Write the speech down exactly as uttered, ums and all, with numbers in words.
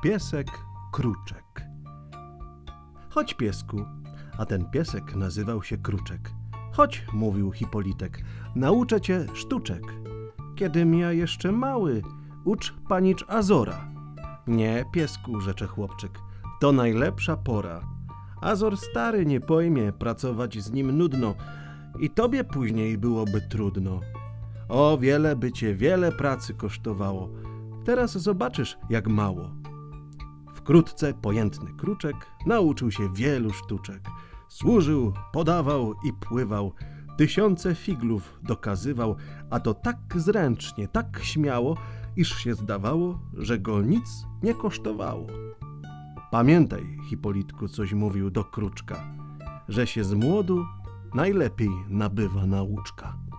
piesek Kruczek. Chodź, piesku, a ten piesek nazywał się Kruczek. Chodź, mówił Hipolitek, nauczę cię sztuczek. Kiedym ja jeszcze mały, ucz panicz Azora. Nie, piesku, rzecze chłopczyk, to najlepsza pora. Azor stary nie pojmie, pracować z nim nudno i tobie później byłoby trudno. O, wiele by cię, wiele pracy kosztowało. Teraz zobaczysz, jak mało. Wkrótce pojętny Kruczek nauczył się wielu sztuczek. Służył, podawał i pływał, tysiące figlów dokazywał, a to tak zręcznie, tak śmiało, iż się zdawało, że go nic nie kosztowało. Pamiętaj, Hipolitku, coś mówił do Kruczka, że się z młodu najlepiej nabywa nauczka.